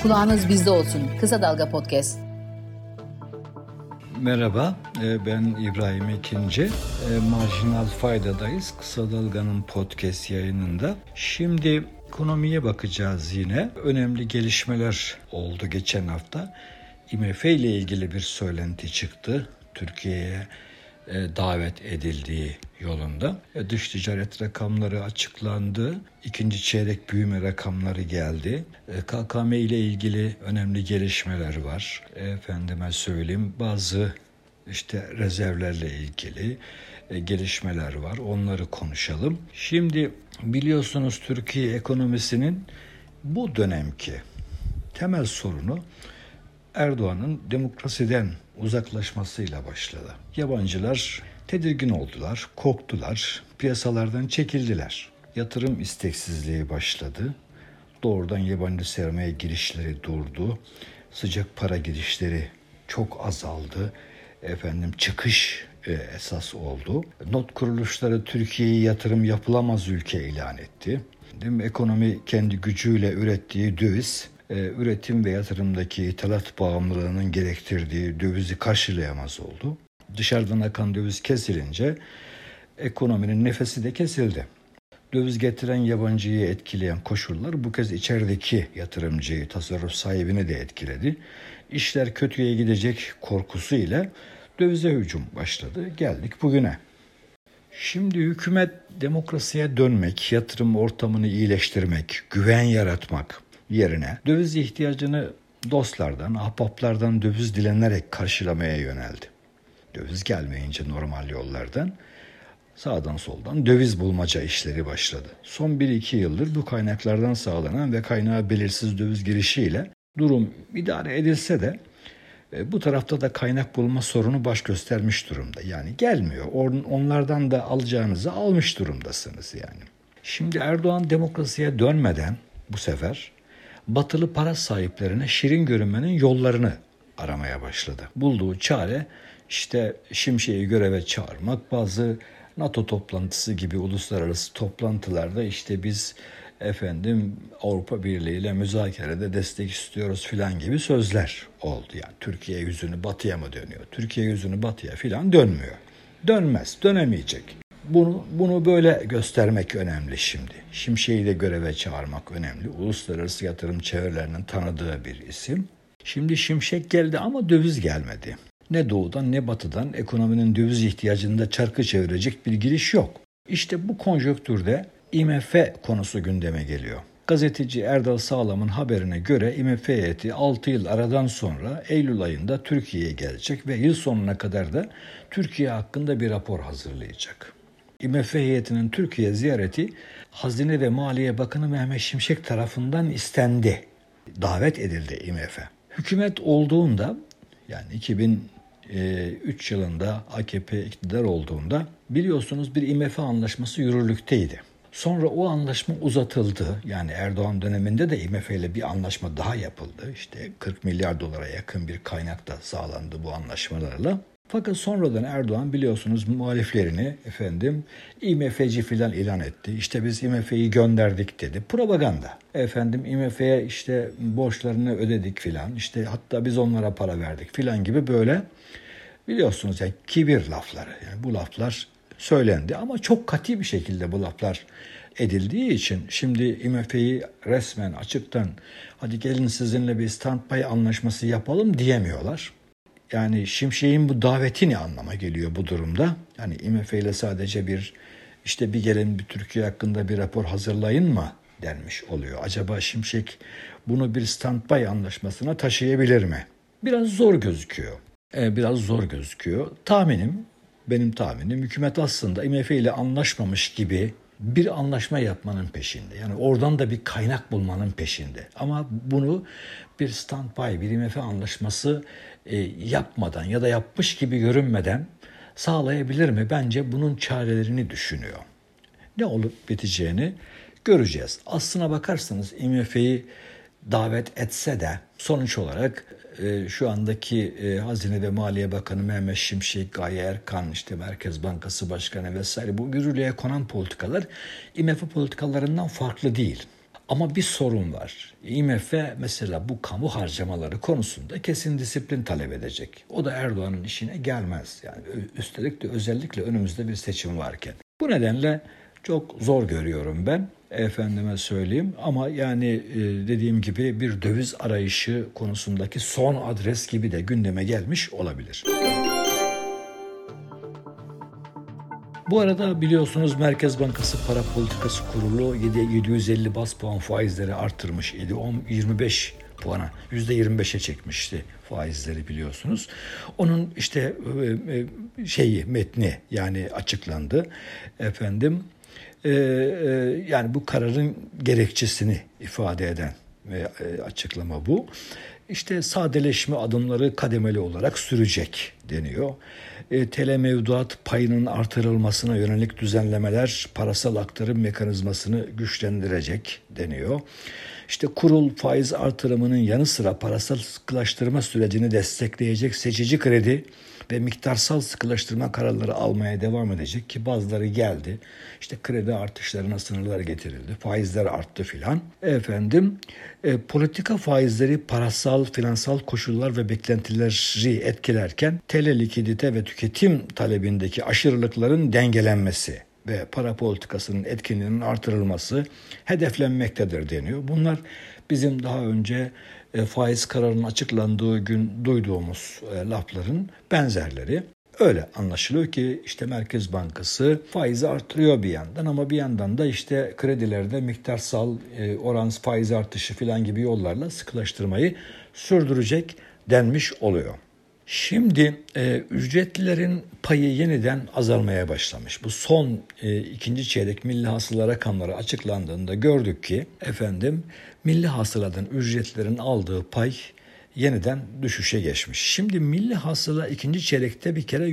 Kulağınız bizde olsun. Kısa Dalga Podcast. Merhaba, ben İbrahim Ekinci. Marjinal Fayda'dayız. Kısa Dalga'nın podcast yayınında. Şimdi ekonomiye bakacağız yine. Önemli gelişmeler oldu geçen hafta. IMF ile ilgili bir söylenti çıktı. Türkiye'ye davet edildiği yolunda. Dış ticaret rakamları açıklandı. İkinci çeyrek büyüme rakamları geldi. KKM ile ilgili önemli gelişmeler var. Efendime söyleyeyim, bazı rezervlerle ilgili gelişmeler var. Onları konuşalım. Şimdi biliyorsunuz Türkiye ekonomisinin bu dönemki temel sorunu Erdoğan'ın demokrasiden uzaklaşmasıyla başladı. Yabancılar tedirgin oldular, korktular, piyasalardan çekildiler. Yatırım isteksizliği başladı. Doğrudan yabancı sermaye girişleri durdu. Sıcak para girişleri çok azaldı. Çıkış esas oldu. Not kuruluşları Türkiye'yi yatırım yapılamaz ülke ilan etti. Ekonomi kendi gücüyle ürettiği döviz, üretim ve yatırımdaki ithalat bağımlılığının gerektirdiği dövizi karşılayamaz oldu. Dışarıdan akan döviz kesilince ekonominin nefesi de kesildi. Döviz getiren yabancıyı etkileyen koşullar bu kez içerideki yatırımcıyı, tasarruf sahibini de etkiledi. İşler kötüye gidecek korkusuyla dövize hücum başladı. Geldik bugüne. Şimdi hükümet demokrasiye dönmek, yatırım ortamını iyileştirmek, güven yaratmak yerine döviz ihtiyacını dostlardan, ahbaplardan döviz dilenerek karşılamaya yöneldi. Döviz gelmeyince normal yollardan, sağdan soldan döviz bulmaca işleri başladı. Son 1-2 yıldır bu kaynaklardan sağlanan ve kaynağı belirsiz döviz girişiyle durum idare edilse de bu tarafta da kaynak bulma sorunu baş göstermiş durumda. Yani gelmiyor. Onlardan da alacağınızı almış durumdasınız yani. Şimdi Erdoğan demokrasiye dönmeden bu sefer batılı para sahiplerine şirin görünmenin yollarını aramaya başladı. Bulduğu çare Şimşek'i göreve çağırmak, bazı NATO toplantısı gibi uluslararası toplantılarda biz Avrupa Birliği ile müzakerede destek istiyoruz filan gibi sözler oldu. Yani Türkiye yüzünü batıya mı dönüyor? Türkiye yüzünü batıya filan dönmüyor. Dönmez, dönemeyecek. Bunu böyle göstermek önemli şimdi. Şimşek'i de göreve çağırmak önemli. Uluslararası yatırım çevrelerinin tanıdığı bir isim. Şimdi Şimşek geldi ama döviz gelmedi. Ne doğudan ne batıdan ekonominin döviz ihtiyacında çarkı çevirecek bir giriş yok. İşte bu konjonktürde IMF konusu gündeme geliyor. Gazeteci Erdal Sağlam'ın haberine göre IMF heyeti 6 yıl aradan sonra Eylül ayında Türkiye'ye gelecek ve yıl sonuna kadar da Türkiye hakkında bir rapor hazırlayacak. IMF heyetinin Türkiye ziyareti Hazine ve Maliye Bakanı Mehmet Şimşek tarafından istendi. Davet edildi IMF'e. Hükümet olduğunda, yani 2003 yılında AKP iktidar olduğunda biliyorsunuz bir IMF anlaşması yürürlükteydi. Sonra o anlaşma uzatıldı. Yani Erdoğan döneminde de IMF ile bir anlaşma daha yapıldı. 40 milyar dolara yakın bir kaynak da sağlandı bu anlaşmalarla. Fakat sonradan Erdoğan biliyorsunuz muhaliflerini IMF'ci filan ilan etti. Biz IMF'yi gönderdik dedi. Propaganda. IMF'ye borçlarını ödedik filan. Hatta biz onlara para verdik filan gibi böyle biliyorsunuz kibir lafları. Yani bu laflar söylendi ama çok katı bir şekilde bu laflar edildiği için şimdi IMF'yi resmen açıktan hadi gelin sizinle bir standby anlaşması yapalım diyemiyorlar. Yani Şimşek'in bu daveti ne anlama geliyor bu durumda? Yani IMF ile sadece bir gelin bir Türkiye hakkında bir rapor hazırlayın mı denmiş oluyor. Acaba Şimşek bunu bir standby anlaşmasına taşıyabilir mi? Biraz zor gözüküyor. Benim tahminim hükümet aslında IMF ile anlaşmamış gibi bir anlaşma yapmanın peşinde. Yani oradan da bir kaynak bulmanın peşinde. Ama bunu bir standby, bir IMF anlaşması yapmadan ya da yapmış gibi görünmeden sağlayabilir mi? Bence bunun çarelerini düşünüyor. Ne olup biteceğini göreceğiz. Aslına bakarsanız IMF'yi davet etse de sonuç olarak şu andaki Hazine ve Maliye Bakanı Mehmet Şimşek, Gaye Erkan, Merkez Bankası Başkanı vesaire bu yürürlüğe konan politikalar IMF politikalarından farklı değil. Ama bir sorun var. IMF mesela bu kamu harcamaları konusunda kesin disiplin talep edecek. O da Erdoğan'ın işine gelmez. Yani üstelik de özellikle önümüzde bir seçim varken. Bu nedenle çok zor görüyorum ben. Efendime söyleyeyim ama yani dediğim gibi bir döviz arayışı konusundaki son adres gibi de gündeme gelmiş olabilir. Bu arada biliyorsunuz Merkez Bankası Para Politikası Kurulu 750 bas puan faizleri artırmış idi. 25 puana %25'e çekmişti faizleri biliyorsunuz. Onun işte metni yani açıklandı efendim. Yani bu kararın gerekçesini ifade eden açıklama bu. İşte sadeleşme adımları kademeli olarak sürecek deniyor. TL mevduat payının artırılmasına yönelik düzenlemeler parasal aktarım mekanizmasını güçlendirecek deniyor. İşte kurul faiz artırımının yanı sıra parasal sıkılaştırma sürecini destekleyecek seçici kredi ve miktarsal sıkılaştırma kararları almaya devam edecek ki bazıları geldi. İşte kredi artışlarına sınırlar getirildi. Faizler arttı filan. Politika faizleri parasal, finansal koşullar ve beklentileri etkilerken TL likidite ve tüketim talebindeki aşırılıkların dengelenmesi ve para politikasının etkinliğinin artırılması hedeflenmektedir deniyor. Bunlar bizim daha önce faiz kararının açıklandığı gün duyduğumuz lafların benzerleri. Öyle anlaşılıyor ki işte Merkez Bankası faizi artırıyor bir yandan ama bir yandan da işte kredilerde miktarsal oransal faiz artışı falan gibi yollarla sıkılaştırmayı sürdürecek denmiş oluyor. Şimdi ücretlilerin payı yeniden azalmaya başlamış. Bu son ikinci çeyrek milli hasıla rakamları açıklandığında gördük ki milli hasıladan ücretlilerin aldığı pay yeniden düşüşe geçmiş. Şimdi milli hasıla ikinci çeyrekte bir kere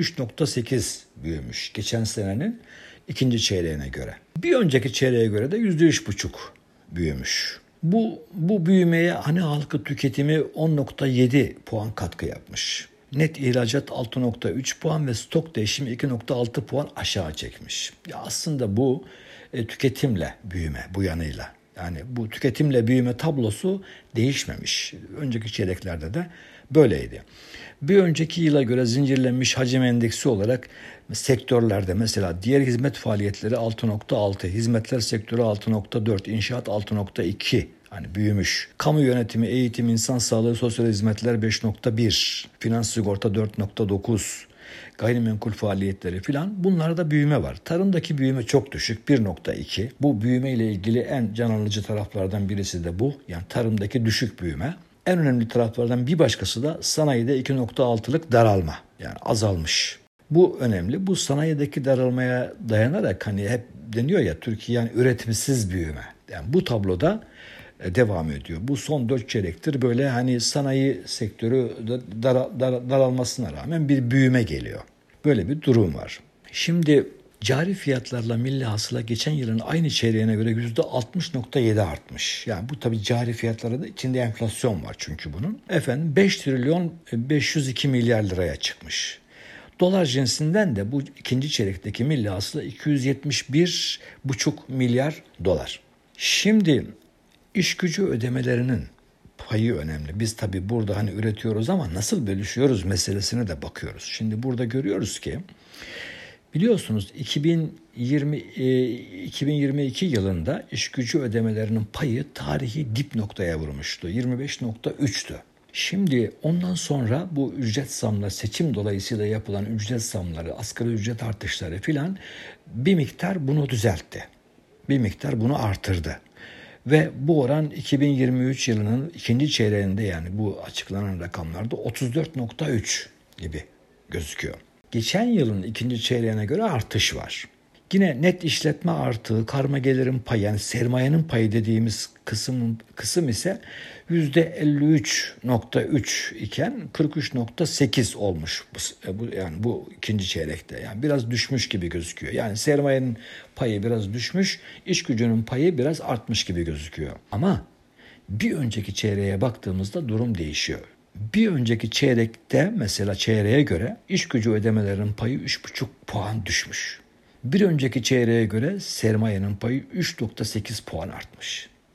%3.8 büyümüş. Geçen senenin ikinci çeyreğine göre. Bir önceki çeyreğe göre de %3.5 büyümüş. Bu büyümeye hane halkı tüketimi 10.7 puan katkı yapmış. Net ihracat 6.3 puan ve stok değişimi 2.6 puan aşağı çekmiş. Ya aslında bu tüketimle büyüme bu yanıyla. Yani bu tüketimle büyüme tablosu değişmemiş. Önceki çeyreklerde de böyleydi. Bir önceki yıla göre zincirlenmiş hacim endeksi olarak sektörlerde mesela diğer hizmet faaliyetleri 6.6, hizmetler sektörü 6.4, inşaat 6.2 hani büyümüş. Kamu yönetimi, eğitim, insan sağlığı, sosyal hizmetler 5.1, finans sigorta 4.9, gayrimenkul faaliyetleri filan bunlarda büyüme var. Tarımdaki büyüme çok düşük 1.2. Bu büyüme ile ilgili en can alıcı taraflardan birisi de bu. Yani tarımdaki düşük büyüme. En önemli taraflardan bir başkası da sanayide 2.6'lık daralma. Yani azalmış. Bu önemli. Bu sanayideki daralmaya dayanarak hani hep deniyor ya Türkiye yani üretimsiz büyüme. Yani bu tabloda devam ediyor. Bu son 4 çeyrektir böyle hani sanayi sektörü daralmasına rağmen bir büyüme geliyor. Böyle bir durum var. Şimdi cari fiyatlarla milli hasıla geçen yılın aynı çeyreğine göre %60.7 artmış. Yani bu tabii cari fiyatları da içinde enflasyon var çünkü bunun. 5 trilyon 502 milyar liraya çıkmış. Dolar cinsinden de bu ikinci çeyrekteki milli hasıla 271,5 milyar dolar. Şimdi İş gücü ödemelerinin payı önemli. Biz tabii burada hani üretiyoruz ama nasıl bölüşüyoruz meselesine de bakıyoruz. Şimdi burada görüyoruz ki biliyorsunuz 2022 yılında iş gücü ödemelerinin payı tarihi dip noktaya vurmuştu. 25.3'tü. Şimdi ondan sonra bu ücret zamları seçim dolayısıyla yapılan ücret zamları, asgari ücret artışları filan bir miktar bunu düzeltti. Bir miktar bunu artırdı. Ve bu oran 2023 yılının ikinci çeyreğinde yani bu açıklanan rakamlarda 34.3 gibi gözüküyor. Geçen yılın ikinci çeyreğine göre artış var. Yine net işletme artığı, karma gelirin payı yani sermayenin payı dediğimiz kısım ise %53.3 iken 43.8 olmuş. Yani bu ikinci çeyrekte yani biraz düşmüş gibi gözüküyor. Yani sermayenin payı biraz düşmüş, iş gücünün payı biraz artmış gibi gözüküyor. Ama bir önceki çeyreğe baktığımızda durum değişiyor. Bir önceki çeyrekte mesela çeyreğe göre iş gücü ödemelerinin payı 3,5 puan düşmüş. Bir önceki çeyreğe göre sermayenin payı 3,8 puan artmış.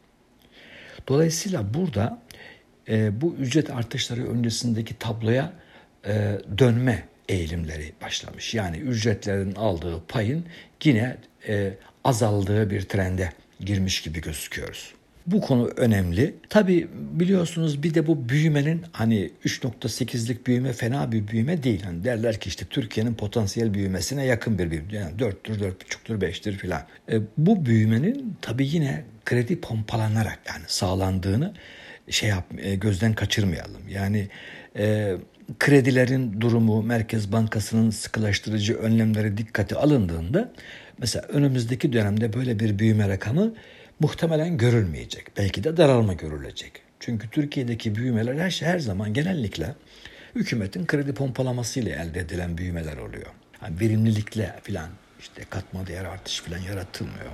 Dolayısıyla burada bu ücret artışları öncesindeki tabloya dönme eğilimleri başlamış. Yani ücretlerin aldığı payın yine azaldığı bir trende girmiş gibi gözüküyoruz. Bu konu önemli. Tabii biliyorsunuz bir de bu büyümenin hani 3.8'lik büyüme fena bir büyüme değil. Hani derler ki işte Türkiye'nin potansiyel büyümesine yakın bir büyüme. Yani 4'tür, 4.5'tür, 5'tir filan. Bu büyümenin tabii yine kredi pompalanarak yani sağlandığını gözden kaçırmayalım. Yani kredilerin durumu, Merkez Bankası'nın sıkılaştırıcı önlemleri dikkate alındığında mesela önümüzdeki dönemde böyle bir büyüme rakamı muhtemelen görülmeyecek. Belki de daralma görülecek. Çünkü Türkiye'deki büyümeler her zaman genellikle hükümetin kredi pompalamasıyla elde edilen büyümeler oluyor. Yani verimlilikle filan işte katma değer artış filan yaratılmıyor.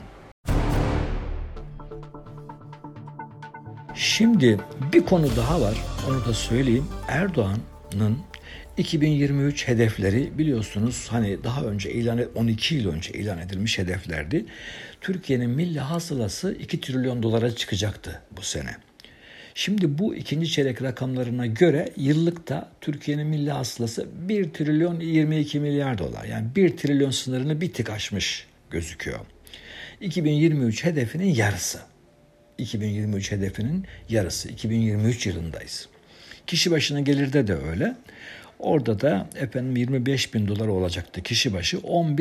Şimdi bir konu daha var. Onu da söyleyeyim. Erdoğan'ın 2023 hedefleri biliyorsunuz hani daha önce 12 yıl önce ilan edilmiş hedeflerdi. Türkiye'nin milli hasılası 2 trilyon dolara çıkacaktı bu sene. Şimdi bu ikinci çeyrek rakamlarına göre yıllıkta Türkiye'nin milli hasılası 1 trilyon 22 milyar dolar. Yani 1 trilyon sınırını bir tık aşmış gözüküyor. 2023 hedefinin yarısı. 2023 hedefinin yarısı. 2023 yılındayız. Kişi başına gelirde de öyle. Orada da 25 bin dolar olacaktı kişi başı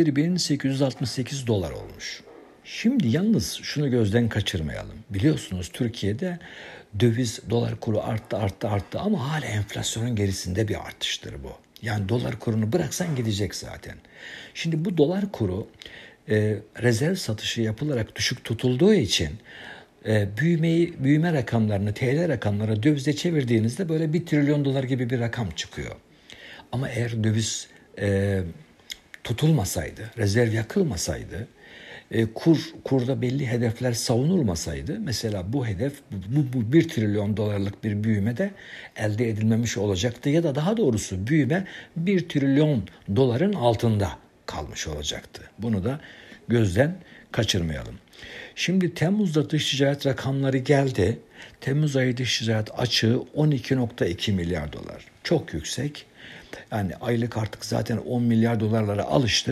11.868 dolar olmuş. Şimdi yalnız şunu gözden kaçırmayalım. Biliyorsunuz Türkiye'de döviz dolar kuru arttı ama hala enflasyonun gerisinde bir artıştır bu. Yani dolar kurunu bıraksan gidecek zaten. Şimdi bu dolar kuru rezerv satışı yapılarak düşük tutulduğu için büyüme rakamlarını TL rakamlara dövize çevirdiğinizde böyle 1 trilyon dolar gibi bir rakam çıkıyor. Ama eğer döviz tutulmasaydı, rezerv yakılmasaydı, kurda belli hedefler savunulmasaydı mesela bu hedef bu 1 trilyon dolarlık bir büyüme de elde edilmemiş olacaktı ya da daha doğrusu büyüme 1 trilyon doların altında kalmış olacaktı. Bunu da gözden kaçırmayalım. Şimdi Temmuz'da dış ticaret rakamları geldi. Temmuz ayı dış ticaret açığı 12.2 milyar dolar. Çok yüksek. Yani aylık artık zaten 10 milyar dolarlara alıştık.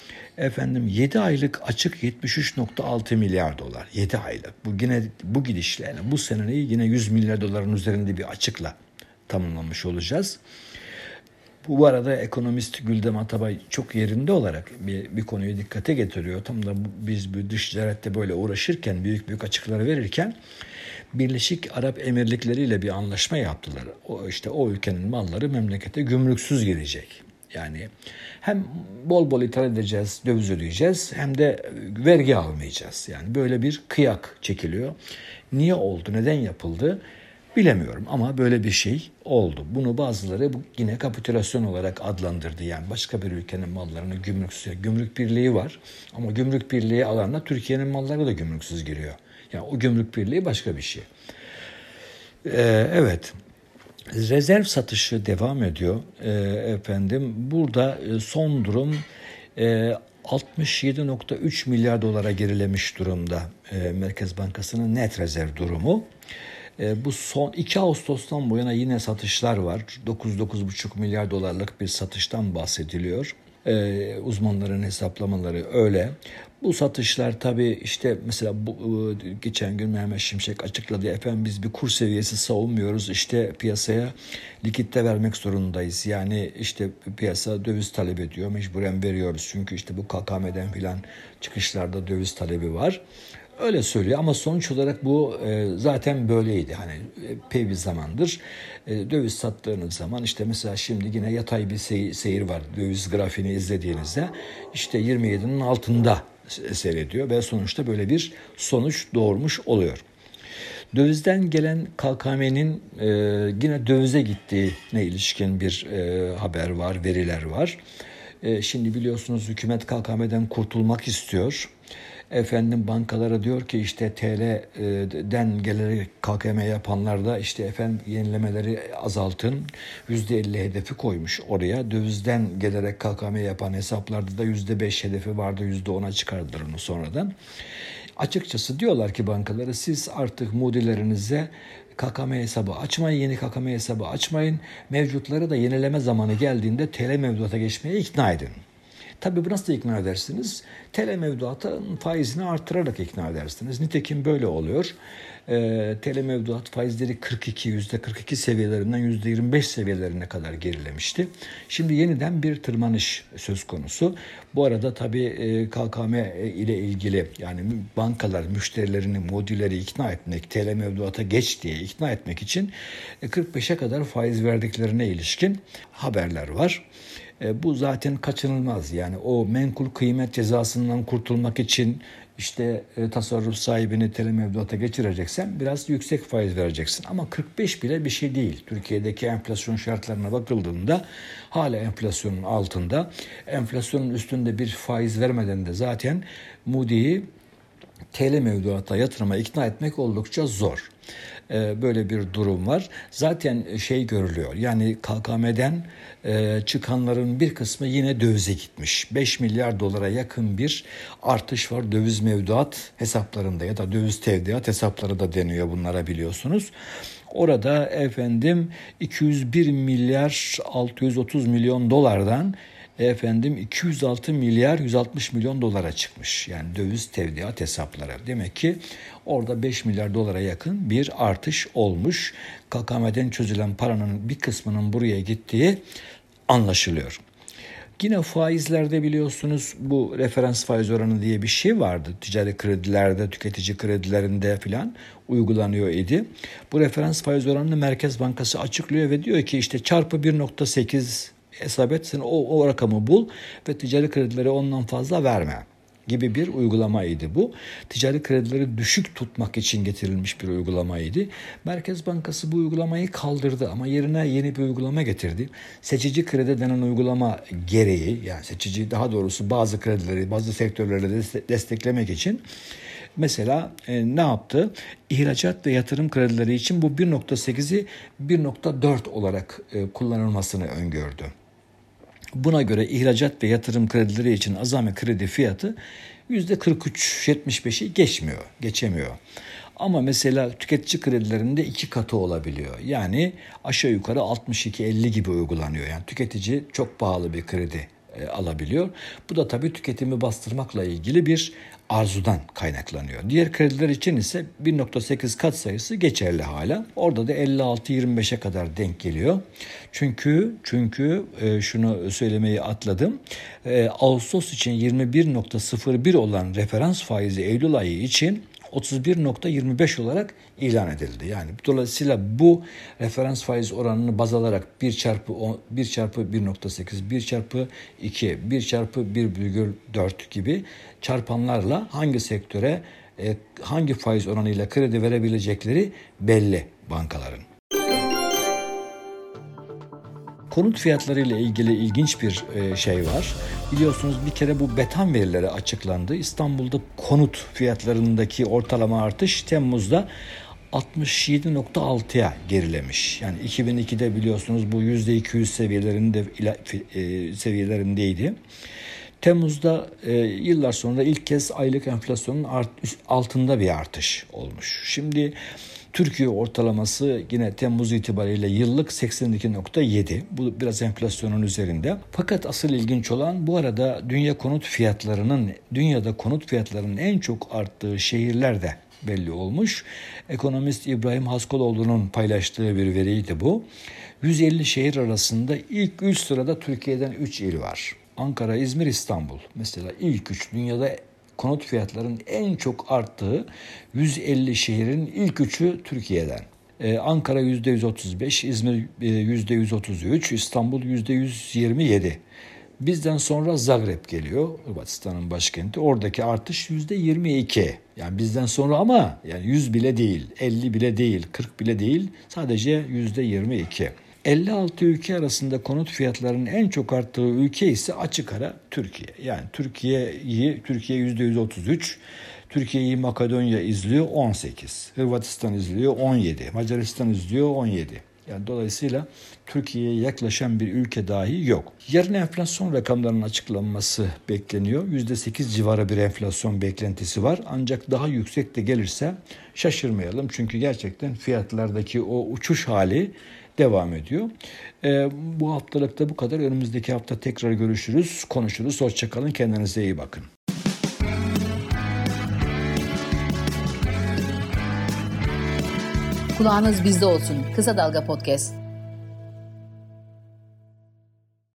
7 aylık açık 73.6 milyar dolar. 7 aylık. Bu gidişle yani bu seneyi yine 100 milyar doların üzerinde bir açıkla tamamlamış olacağız. Bu arada ekonomist Güldem Atabay çok yerinde olarak bir konuyu dikkate getiriyor. Tam da biz bu dış ticarette böyle uğraşırken, büyük açıkları verirken Birleşik Arap Emirlikleri ile bir anlaşma yaptılar. O ülkenin malları memlekete gümrüksüz girecek. Yani hem bol bol ithal edeceğiz, döviz ödeyeceğiz hem de vergi almayacağız. Yani böyle bir kıyak çekiliyor. Niye oldu, neden yapıldı? Bilemiyorum ama böyle bir şey oldu. Bunu bazıları yine kapitülasyon olarak adlandırdı. Yani başka bir ülkenin mallarını gümrük birliği var. Ama gümrük birliği alanına Türkiye'nin malları da gümrüksüz giriyor. Yani o gümrük birliği başka bir şey. Evet. Rezerv satışı devam ediyor. Burada son durum 67.3 milyar dolara gerilemiş durumda Merkez Bankası'nın net rezerv durumu. Bu son 2 Ağustos'tan bu yana yine satışlar var. 9-9,5 milyar dolarlık bir satıştan bahsediliyor. Uzmanların hesaplamaları öyle. Bu satışlar tabii işte mesela geçen gün Mehmet Şimşek açıkladı. Biz bir kur seviyesi savunmuyoruz. İşte piyasaya likitte vermek zorundayız. Yani işte piyasa döviz talep ediyor. Mecburen veriyoruz. Çünkü işte bu KKM'den filan çıkışlarda döviz talebi var. Öyle söylüyor ama sonuç olarak bu zaten böyleydi. Hani epey bir zamandır döviz sattığınız zaman işte mesela şimdi yine yatay bir seyir var. Döviz grafiğini izlediğinizde işte 27'nin altında seyrediyor ve sonuçta böyle bir sonuç doğurmuş oluyor. Dövizden gelen KKM'nin yine dövize gittiğine ilişkin bir haber var, veriler var. Şimdi biliyorsunuz hükümet KKM'den kurtulmak istiyor. Bankalara diyor ki işte TL'den gelerek KKM yapanlar da işte yenilemeleri azaltın. %50 hedefi koymuş oraya. Dövizden gelerek KKM yapan hesaplarda da %5 hedefi vardı. %10'a çıkardılar onu sonradan. Açıkçası diyorlar ki bankaları, siz artık mudilerinize KKM hesabı açmayın, yeni KKM hesabı açmayın. Mevcutları da yenileme zamanı geldiğinde TL mevduata geçmeye ikna edin. Tabii bu nasıl ikna edersiniz? TL mevduatın faizini artırarak ikna edersiniz. Nitekim böyle oluyor. TL mevduat faizleri %42 seviyelerinden %25 seviyelerine kadar gerilemişti. Şimdi yeniden bir tırmanış söz konusu. Bu arada tabii KKM ile ilgili, yani bankalar müşterilerini, mudileri ikna etmek, TL mevduata geç diye ikna etmek için 45'e kadar faiz verdiklerine ilişkin haberler var. Bu zaten kaçınılmaz. Yani o menkul kıymet cezasından kurtulmak için işte tasarruf sahibini TL mevduata geçireceksen biraz yüksek faiz vereceksin. Ama 45 bile bir şey değil. Türkiye'deki enflasyon şartlarına bakıldığında hala enflasyonun altında. Enflasyonun üstünde bir faiz vermeden de zaten Moody'yi TL mevduata yatırıma ikna etmek oldukça zor. Böyle bir durum var. Zaten görülüyor. Yani KKM'den çıkanların bir kısmı yine dövize gitmiş. 5 milyar dolara yakın bir artış var döviz mevduat hesaplarında ya da döviz tevdiat hesapları da deniyor bunlara, biliyorsunuz. Orada 201 milyar 630 milyon dolardan 206 milyar 160 milyon dolara çıkmış. Yani döviz tevdiat hesapları. Demek ki orada 5 milyar dolara yakın bir artış olmuş. KKM'den çözülen paranın bir kısmının buraya gittiği anlaşılıyor. Yine faizlerde biliyorsunuz bu referans faiz oranı diye bir şey vardı. Ticari kredilerde, tüketici kredilerinde filan uygulanıyor idi. Bu referans faiz oranını Merkez Bankası açıklıyor ve diyor ki işte çarpı 1.8 hesap et, sen o rakamı bul ve ticari kredileri ondan fazla verme gibi bir uygulamaydı bu. Ticari kredileri düşük tutmak için getirilmiş bir uygulamaydı. Merkez Bankası bu uygulamayı kaldırdı ama yerine yeni bir uygulama getirdi. Seçici kredi denen uygulama gereği, yani daha doğrusu bazı kredileri, bazı sektörleri desteklemek için mesela ne yaptı? İhracat ve yatırım kredileri için bu 1.8'i 1.4 olarak kullanılmasını öngördü. Buna göre ihracat ve yatırım kredileri için azami kredi fiyatı %43-75'i geçemiyor. Ama mesela tüketici kredilerinde 2 katı olabiliyor. Yani aşağı yukarı 62-50 gibi uygulanıyor. Yani tüketici çok pahalı bir kredi alabiliyor. Bu da tabii tüketimi bastırmakla ilgili bir arzudan kaynaklanıyor. Diğer krediler için ise 1.8 kat sayısı geçerli hala. Orada da 56-25'e kadar denk geliyor. Çünkü şunu söylemeyi atladım. Ağustos için 21.01 olan referans faizi Eylül ayı için 31.25 olarak ilan edildi. Yani dolayısıyla bu referans faiz oranını baz alarak 1 çarpı 1.8, 1 çarpı 2, 1 çarpı 1,4 gibi çarpanlarla hangi sektöre hangi faiz oranıyla kredi verebilecekleri belli bankaların. Konut fiyatları ile ilgili ilginç bir şey var. Biliyorsunuz bir kere bu beton verileri açıklandı. İstanbul'da konut fiyatlarındaki ortalama artış Temmuz'da 67.6'ya gerilemiş. Yani 2002'de biliyorsunuz bu %200 seviyelerindeydi. Temmuz'da yıllar sonra ilk kez aylık enflasyonun altında bir artış olmuş. Şimdi Türkiye ortalaması yine Temmuz itibariyle yıllık 82.7. Bu biraz enflasyonun üzerinde. Fakat asıl ilginç olan bu arada dünyada konut fiyatlarının en çok arttığı şehirler de belli olmuş. Ekonomist İbrahim Haskaloğlu'nun paylaştığı bir veriydi bu. 150 şehir arasında ilk 3 sırada Türkiye'den 3 il var. Ankara, İzmir, İstanbul. Mesela ilk 3 dünyada konut fiyatlarının en çok arttığı 150 şehrin ilk 3'ü Türkiye'den. Ankara %135, İzmir %133, İstanbul %127. Bizden sonra Zagreb geliyor, Hırvatistan'ın başkenti. Oradaki artış %22. Yani bizden sonra ama yani 100 bile değil, 50 bile değil, 40 bile değil, sadece %22. 56 ülke arasında konut fiyatlarının en çok arttığı ülke ise açık ara Türkiye. Yani Türkiye %133, Türkiye'yi Makedonya izliyor 18, Hırvatistan izliyor 17, Macaristan izliyor 17. Yani dolayısıyla Türkiye'ye yaklaşan bir ülke dahi yok. Yarın enflasyon rakamlarının açıklanması bekleniyor. %8 civarı bir enflasyon beklentisi var. Ancak daha yüksek de gelirse şaşırmayalım. Çünkü gerçekten fiyatlardaki o uçuş hali devam ediyor. Bu haftalıkta bu kadar. Önümüzdeki hafta tekrar görüşürüz, konuşuruz. Hoşça kalın, kendinize iyi bakın. Kulağınız bizde olsun. Kısa Dalga Podcast.